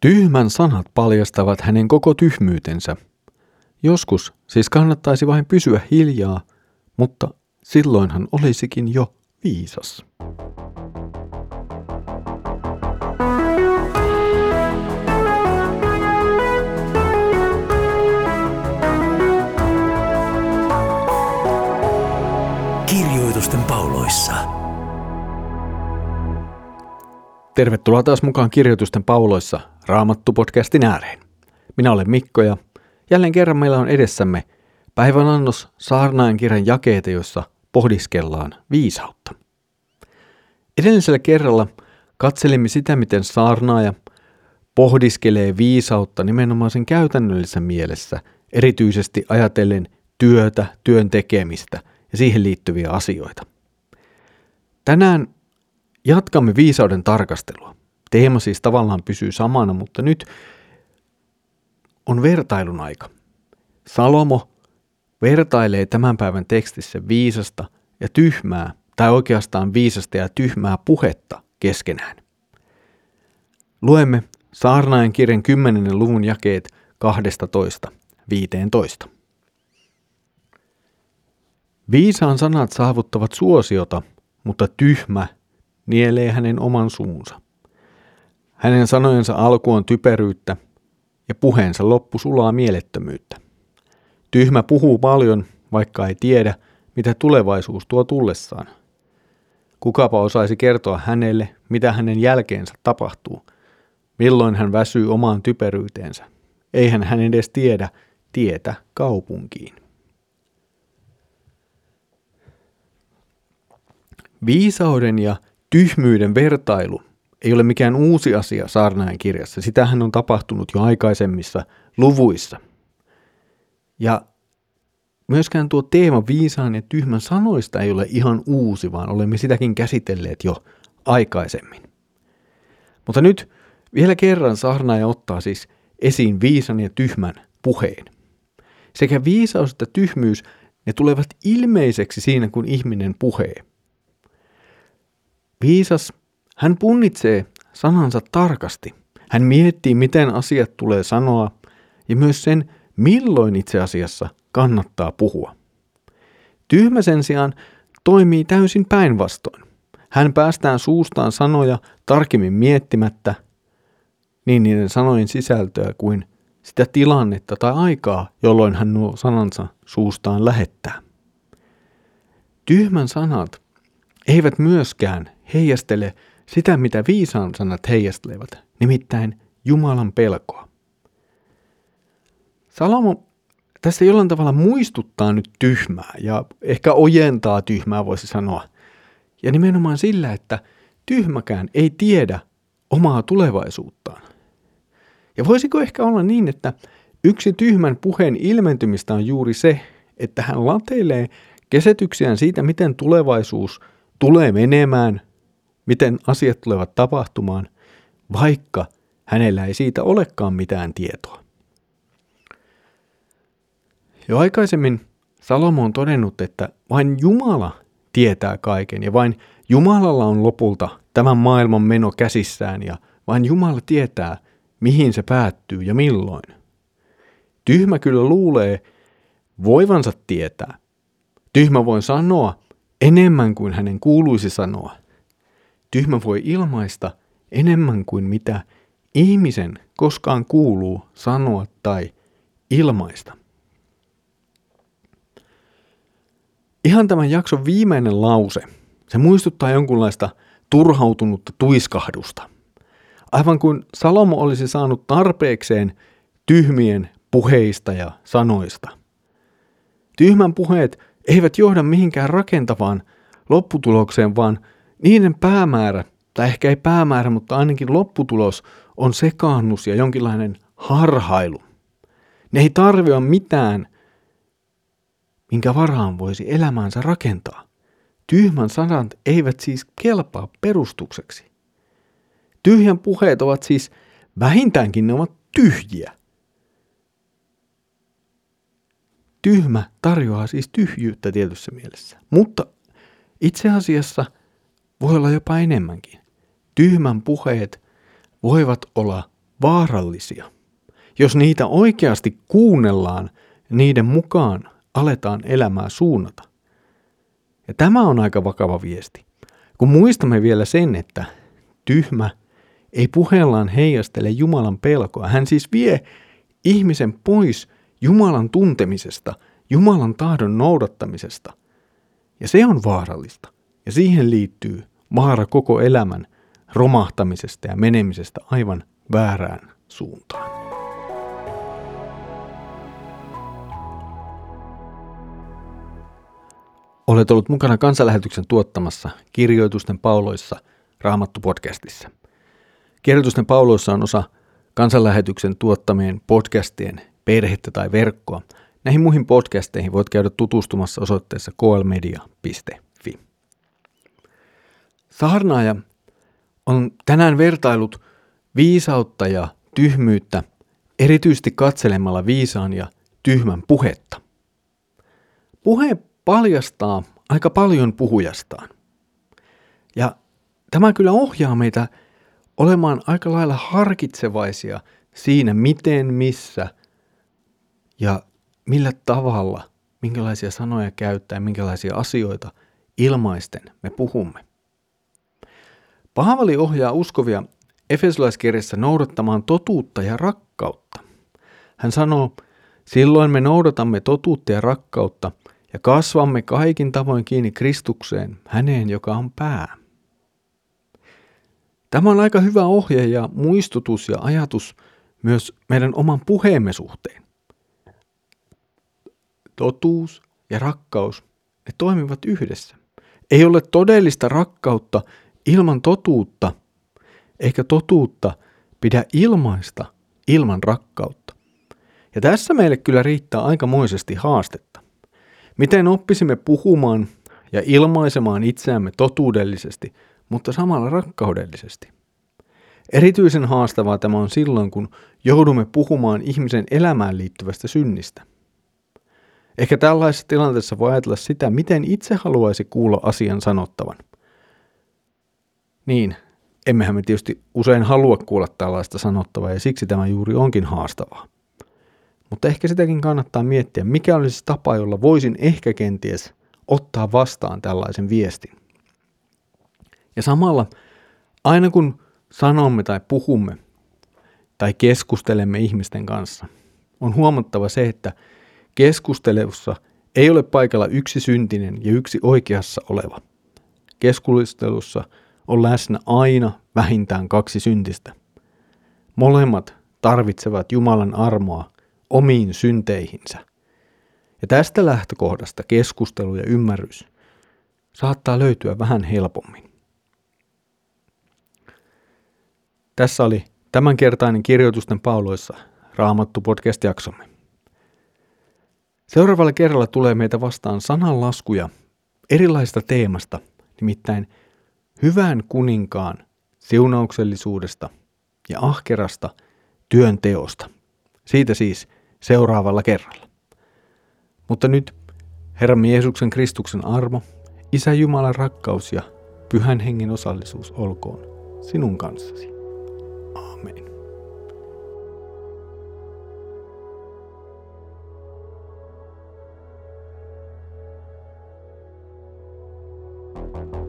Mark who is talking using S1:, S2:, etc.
S1: Tyhmän sanat paljastavat hänen koko tyhmyytensä. Joskus siis kannattaisi vain pysyä hiljaa, mutta silloin hän olisikin jo viisas.
S2: Kirjoitusten pauloissa.
S1: Tervetuloa taas mukaan Kirjoitusten pauloissa Raamattu-podcastin ääreen. Minä olen Mikko ja jälleen kerran meillä on edessämme päivän annos saarnaajan kirjan jakeita, joissa pohdiskellaan viisautta. Edellisellä kerralla katselimme sitä, miten saarnaaja pohdiskelee viisautta nimenomaan sen käytännöllisessä mielessä, erityisesti ajatellen työtä, työn tekemistä ja siihen liittyviä asioita. Tänään jatkamme viisauden tarkastelua. Teema siis tavallaan pysyy samana, mutta nyt on vertailun aika. Salomo vertailee tämän päivän tekstissä viisasta ja tyhmää, tai oikeastaan viisasta ja tyhmää puhetta keskenään. Luemme saarnaajan kirjan 10. luvun jakeet 12-15. Viisaan sanat saavuttavat suosiota, mutta tyhmä nielee hänen oman suunsa. Hänen sanojensa alku on typeryyttä ja puheensa loppu sulaa mielettömyyttä. Tyhmä puhuu paljon, vaikka ei tiedä, mitä tulevaisuus tuo tullessaan. Kukapa osaisi kertoa hänelle, mitä hänen jälkeensä tapahtuu, milloin hän väsyy omaan typeryyteensä. Eihän hän edes tiedä tietä kaupunkiin. Viisauden ja tyhmyyden vertailu ei ole mikään uusi asia saarnaajan kirjassa. Sitähän on tapahtunut jo aikaisemmissa luvuissa. Ja myöskään tuo teema viisaan ja tyhmän sanoista ei ole ihan uusi, vaan olemme sitäkin käsitelleet jo aikaisemmin. Mutta nyt vielä kerran saarnaaja ottaa siis esiin viisan ja tyhmän puheen. Sekä viisaus että tyhmyys, ne tulevat ilmeiseksi siinä, kun ihminen puhee. Viisas, hän punnitsee sanansa tarkasti. Hän miettii, miten asiat tulee sanoa ja myös sen, milloin itse asiassa kannattaa puhua. Tyhmä sen sijaan toimii täysin päinvastoin. Hän päästää suustaan sanoja tarkemmin miettimättä niin niiden sanojen sisältöä kuin sitä tilannetta tai aikaa, jolloin hän nuo sanansa suustaan lähettää. Tyhmän sanat eivät myöskään heijastele sitä, mitä viisaan sanat heijastelevat, nimittäin Jumalan pelkoa. Salomo tässä jollain tavalla muistuttaa nyt tyhmää ja ehkä ojentaa tyhmää, voisi sanoa. Ja nimenomaan sillä, että tyhmäkään ei tiedä omaa tulevaisuuttaan. Ja voisiko ehkä olla niin, että yksi tyhmän puheen ilmentymistä on juuri se, että hän lateilee käsityksiään siitä, miten tulevaisuus tulee menemään, miten asiat tulevat tapahtumaan, vaikka hänellä ei siitä olekaan mitään tietoa. Jo aikaisemmin Salomo on todennut, että vain Jumala tietää kaiken ja vain Jumalalla on lopulta tämän maailman meno käsissään ja vain Jumala tietää, mihin se päättyy ja milloin. Tyhmä kyllä luulee voivansa tietää. Tyhmä voi sanoa enemmän kuin hänen kuuluisi sanoa. Tyhmä voi ilmaista enemmän kuin mitä ihmisen koskaan kuuluu sanoa tai ilmaista. Ihan tämän jakson viimeinen lause, se muistuttaa jonkunlaista turhautunutta tuiskahdusta. Aivan kuin Salomo olisi saanut tarpeekseen tyhmien puheista ja sanoista. Tyhmän puheet eivät johda mihinkään rakentavaan lopputulokseen, vaan niiden päämäärä, tai ehkä ei päämäärä, mutta ainakin lopputulos on sekaannus ja jonkinlainen harhailu. Ne ei tarvitse mitään, minkä varaan voisi elämäänsä rakentaa. Tyhmän sanat eivät siis kelpaa perustukseksi. Tyhjän puheet ovat siis, vähintäänkin ne ovat tyhjiä. Tyhmä tarjoaa siis tyhjyyttä tietyssä mielessä, mutta itse asiassa voi olla jopa enemmänkin. Tyhmän puheet voivat olla vaarallisia. Jos niitä oikeasti kuunnellaan, niiden mukaan aletaan elämää suunnata. Ja tämä on aika vakava viesti. Kun muistamme vielä sen, että tyhmä ei puheellaan heijastele Jumalan pelkoa. Hän siis vie ihmisen pois Jumalan tuntemisesta, Jumalan tahdon noudattamisesta. Ja se on vaarallista. Ja siihen liittyy vaara koko elämän romahtamisesta ja menemisestä aivan väärään suuntaan. Olet ollut mukana Kansanlähetyksen tuottamassa Kirjoitusten pauloissa Raamattu-podcastissa. Kirjoitusten pauloissa on osa Kansanlähetyksen tuottamien podcastien perhettä tai verkkoa. Näihin muihin podcasteihin voit käydä tutustumassa osoitteessa klmedia.fi. Saarnaaja on tänään vertailut viisautta ja tyhmyyttä erityisesti katselemalla viisaan ja tyhmän puhetta. Puhe paljastaa aika paljon puhujastaan. Ja tämä kyllä ohjaa meitä olemaan aika lailla harkitsevaisia siinä, miten, missä ja millä tavalla, minkälaisia sanoja käyttää, minkälaisia asioita ilmaisten me puhumme. Paavali ohjaa uskovia Efesolaiskirjassa noudattamaan totuutta ja rakkautta. Hän sanoo, silloin me noudatamme totuutta ja rakkautta ja kasvamme kaikin tavoin kiinni Kristukseen, häneen, joka on pää. Tämä on aika hyvä ohje ja muistutus ja ajatus myös meidän oman puheemme suhteen. Totuus ja rakkaus, ne toimivat yhdessä. Ei ole todellista rakkautta ilman totuutta, eikä totuutta pidä ilmaista ilman rakkautta. Ja tässä meille kyllä riittää aikamoisesti haastetta. Miten oppisimme puhumaan ja ilmaisemaan itseämme totuudellisesti, mutta samalla rakkaudellisesti? Erityisen haastavaa tämä on silloin, kun joudumme puhumaan ihmisen elämään liittyvästä synnistä. Ehkä tällaisessa tilanteessa voi ajatella sitä, miten itse haluaisi kuulla asian sanottavan. Niin, emmehän me tietysti usein halua kuulla tällaista sanottavaa ja siksi tämä juuri onkin haastavaa. Mutta ehkä sitäkin kannattaa miettiä, mikä olisi tapa, jolla voisin ehkä kenties ottaa vastaan tällaisen viestin. Ja samalla, aina kun sanomme tai puhumme tai keskustelemme ihmisten kanssa, on huomattava se, että keskustelussa ei ole paikalla yksi syntinen ja yksi oikeassa oleva. Keskustelussa on läsnä aina vähintään kaksi syntistä. Molemmat tarvitsevat Jumalan armoa omiin synteihinsä. Ja tästä lähtökohdasta keskustelu ja ymmärrys saattaa löytyä vähän helpommin. Tässä oli tämänkertainen Kirjoitusten pauloissa Raamattu-podcast-jaksomme. Seuraavalla kerralla tulee meitä vastaan sananlaskuja erilaisesta teemasta, nimittäin hyvän kuninkaan siunauksellisuudesta ja ahkerasta työnteosta. Siitä siis seuraavalla kerralla. Mutta nyt Herramme Jeesuksen Kristuksen armo, Isä Jumalan rakkaus ja Pyhän Hengen osallisuus olkoon sinun kanssasi. Amen.